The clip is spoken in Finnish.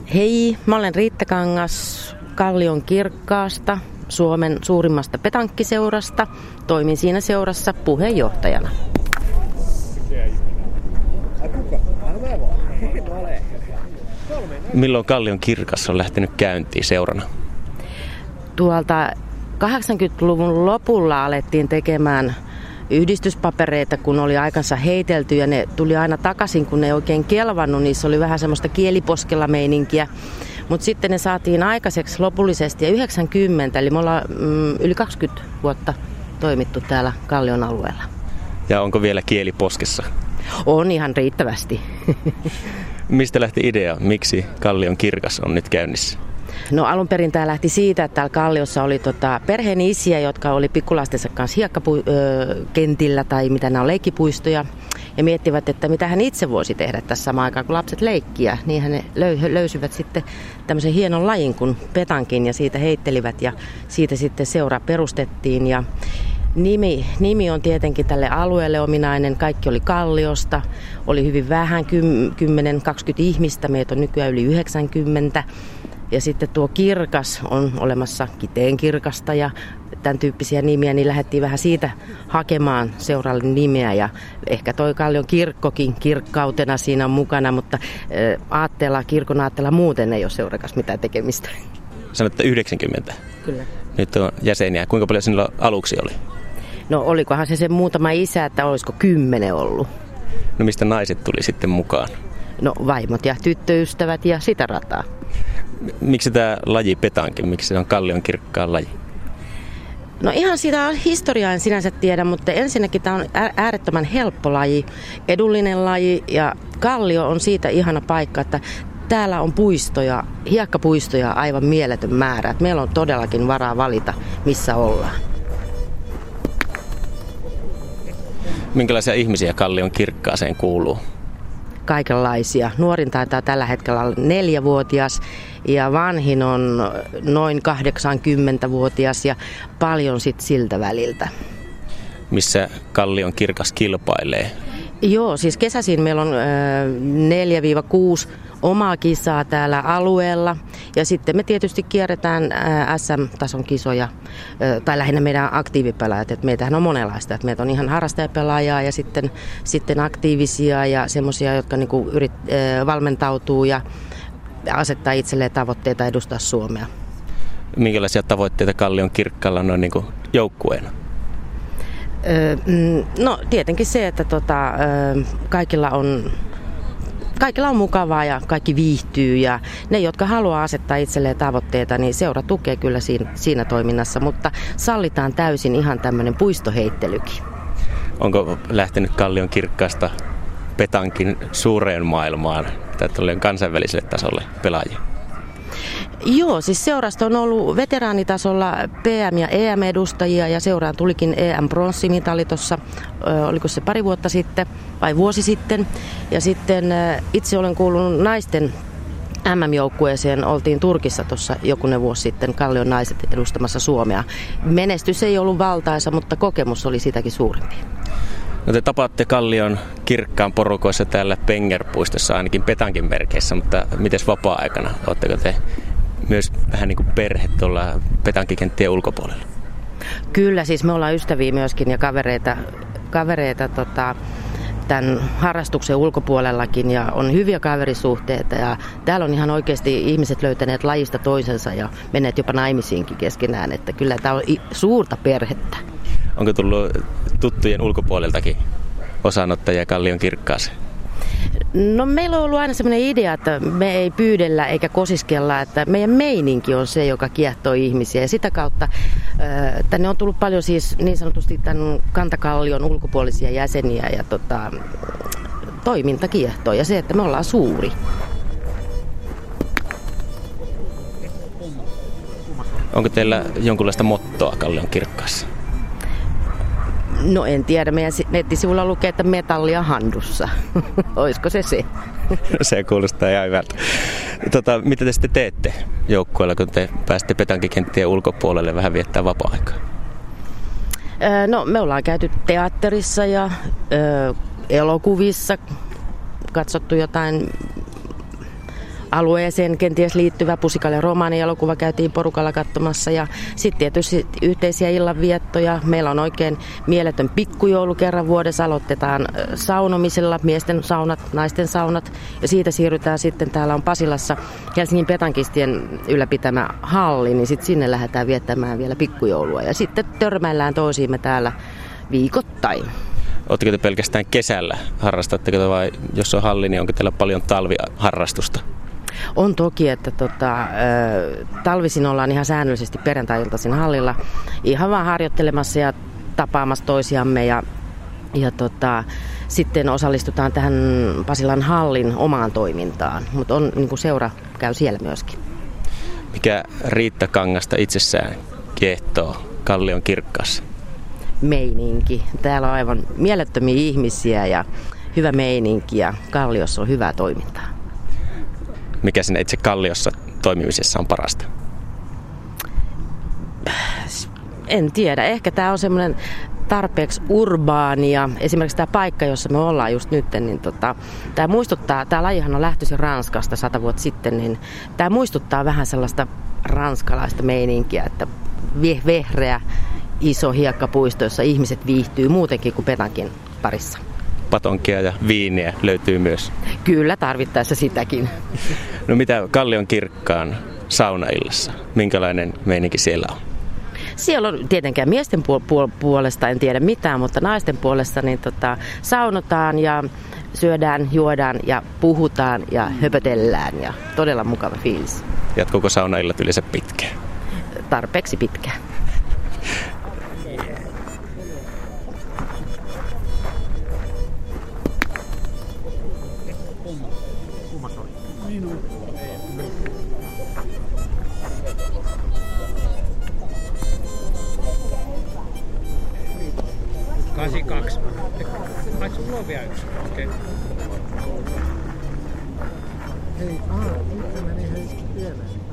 Hei, mä olen Riitta Kangas Kallion Kirkkaasta, Suomen suurimmasta petankkiseurasta. Toimin siinä seurassa puheenjohtajana. Milloin Kallion Kirkas on lähtenyt käyntiin seurana? Tuolta 80-luvun lopulla alettiin tekemään yhdistyspapereita, kun oli aikansa heitelty ja ne tuli aina takaisin, kun ne ei oikein kelvannut. Niissä oli vähän semmoista kieliposkella meininkiä. Mutta sitten ne saatiin aikaiseksi lopullisesti ja 90, eli me ollaan yli 20 vuotta toimittu täällä Kallion alueella. Ja onko vielä kieli poskessa? On ihan riittävästi. Mistä lähti idea? Miksi Kallion Kirkas on nyt käynnissä? No alun perin tämä lähti siitä, että täällä Kalliossa oli perheen isiä, jotka oli pikkulastensa kanssa hiekkakentillä tai mitä nämä on leikkipuistoja. Ja miettivät, että mitä hän itse voisi tehdä tässä samaan aikaan, kun lapset leikkiä. Niin he löysivät sitten tämmöisen hienon lajin kuin petankin ja siitä heittelivät ja siitä sitten seura perustettiin. Ja nimi on tietenkin tälle alueelle ominainen. Kaikki oli Kalliosta, oli hyvin vähän, 10-20 ihmistä, meitä on nykyään yli 90. Ja sitten tuo Kirkas on olemassa Kiteen Kirkasta ja tämän tyyppisiä nimiä, niin lähdettiin vähän siitä hakemaan seuralle nimeä. Ja ehkä toi Kallion kirkkokin kirkkautena siinä on mukana, mutta kirkon aatteella muuten ei ole seurakas mitään tekemistä. Sanoitte 90? Kyllä. Nyt on jäseniä. Kuinka paljon sinulla aluksi oli? No olikohan se muutama isä, että olisiko 10 ollut. No mistä naiset tuli sitten mukaan? No vaimot ja tyttöystävät ja sitä rataa. Miksi tämä laji petankin? Miksi se on Kallion Kirkkaan laji? No ihan sitä historiaa en sinänsä tiedä, mutta ensinnäkin tämä on äärettömän helppo laji, edullinen laji ja Kallio on siitä ihana paikka, että täällä on puistoja, hiekkapuistoja aivan mieletön määrä. Meillä on todellakin varaa valita, missä ollaan. Minkälaisia ihmisiä Kallion Kirkkaaseen kuuluu? Kaikenlaisia. Nuorin taitaa tällä hetkellä olla 4-vuotias ja vanhin on noin 80-vuotias ja paljon sit siltä väliltä. Missä Kallion Kirkas kilpailee? Joo, siis kesäisin meillä on 4-6 omaa kisaa täällä alueella ja sitten me tietysti kierretään SM-tason kisoja tai lähinnä meidän aktiivipelaajat, että meitähän on monenlaista, että meitä on ihan harrastajapelaajaa ja sitten aktiivisia ja semmoisia, jotka niinku valmentautuu ja asettaa itselleen tavoitteita edustaa Suomea. Minkälaisia tavoitteita Kallion Kirkkaalla on niin kuin joukkueena? No tietenkin se, että kaikilla on mukavaa ja kaikki viihtyy ja ne, jotka haluaa asettaa itselleen tavoitteita, niin seura tukee kyllä siinä toiminnassa, mutta sallitaan täysin ihan tämmöinen puistoheittelykin. Onko lähtenyt Kallion Kirkkaasta petankin suureen maailmaan tai kansainväliselle tasolle pelaajia? Joo, siis seurasta on ollut veteraanitasolla PM- ja EM-edustajia ja seuraan tulikin EM-pronssimitali tuossa, oliko se pari vuotta sitten vai vuosi sitten. Ja sitten itse olen kuulunut naisten MM-joukkueeseen, oltiin Turkissa tuossa jokunen vuosi sitten Kallion naiset edustamassa Suomea. Menestys ei ollut valtaisa, mutta kokemus oli sitäkin suurempi. No te tapaatte Kallion Kirkkaan porukoissa täällä Pengerpuistossa ainakin petankin merkeissä, mutta mites vapaa-aikana? Oletteko te myös vähän niin kuin perhe tuolla petankikenttien ulkopuolella? Kyllä, siis me ollaan ystäviä myöskin ja kavereita tämän harrastuksen ulkopuolellakin ja on hyviä kaverisuhteita ja täällä on ihan oikeasti ihmiset löytäneet lajista toisensa ja menneet jopa naimisiinkin keskenään, että kyllä tämä on suurta perhettä. Onko tullut tuttujen ulkopuoleltakin osanottajia Kallion Kirkkaaseen? No meillä on ollut aina sellainen idea, että me ei pyydellä eikä kosiskella, että meidän meininki on se, joka kiehtoo ihmisiä. Ja sitä kautta tänne on tullut paljon siis niin sanotusti tämän Kantakallion ulkopuolisia jäseniä ja toiminta kiehtoo ja se, että me ollaan suuri. Onko teillä jonkunlaista mottoa Kallion Kirkkaassa? No en tiedä, meidän nettisivulla lukee, että metallia handussa. Olisiko se se? Se kuulostaa ihan hyvältä. Mitä te sitten teette joukkueella, kun te pääsette petankikenttien ulkopuolelle vähän viettää vapaa-aikaa? No me ollaan käyty teatterissa ja elokuvissa, katsottu jotain alueeseen kenties liittyvä Pusikalle romaanielokuva käytiin porukalla katsomassa ja sitten tietysti yhteisiä illanviettoja. Meillä on oikein mieletön pikkujoulu kerran vuodessa. Aloitetaan saunomisella, miesten saunat, naisten saunat ja siitä siirrytään sitten, täällä on Pasilassa Helsingin Petankistien ylläpitämä halli, niin sitten sinne lähdetään viettämään vielä pikkujoulua ja sitten törmäillään toisiimme täällä viikoittain. Oletteko te pelkästään kesällä harrastatteko vai jos on halli, niin onko teillä paljon talviharrastusta? On toki, että talvisin ollaan ihan säännöllisesti perjantai-iltaisin hallilla ihan vaan harjoittelemassa ja tapaamassa toisiamme ja sitten osallistutaan tähän Pasilan hallin omaan toimintaan, mutta on niin kuin seura käy siellä myöskin. Mikä Riitta Kangasta itsessään kiehtoo Kallion kirkkaassa? Meininki. Täällä on aivan mielettömiä ihmisiä ja hyvä meininki ja Kalliossa on hyvää toimintaa. Mikä siinä itse Kalliossa toimimisessa on parasta? En tiedä. Ehkä tämä on semmoinen tarpeeksi urbaania. Esimerkiksi tämä paikka, jossa me ollaan just nyt, niin tämä muistuttaa, tämä lajihan on lähtöisin Ranskasta 100 vuotta sitten, niin tämä muistuttaa vähän sellaista ranskalaista meininkiä, että vehreä iso hiekkapuisto, jossa ihmiset viihtyy muutenkin kuin petankin parissa. Patonkia ja viiniä löytyy myös. Kyllä, tarvittaessa sitäkin. No mitä Kallion kirkkaan saunaillassa? Minkälainen meininki siellä on? Siellä on tietenkään miesten puolesta, en tiedä mitään, mutta naisten puolesta niin saunotaan ja syödään, juodaan ja puhutaan ja höpötellään ja todella mukava fiilis. Jatkuuko saunaillat yleensä pitkään? Tarpeeksi pitkään. Kasi 2. Ai sulla on vielä yksi. Okei. Hei, nyt meni heiski pieleen.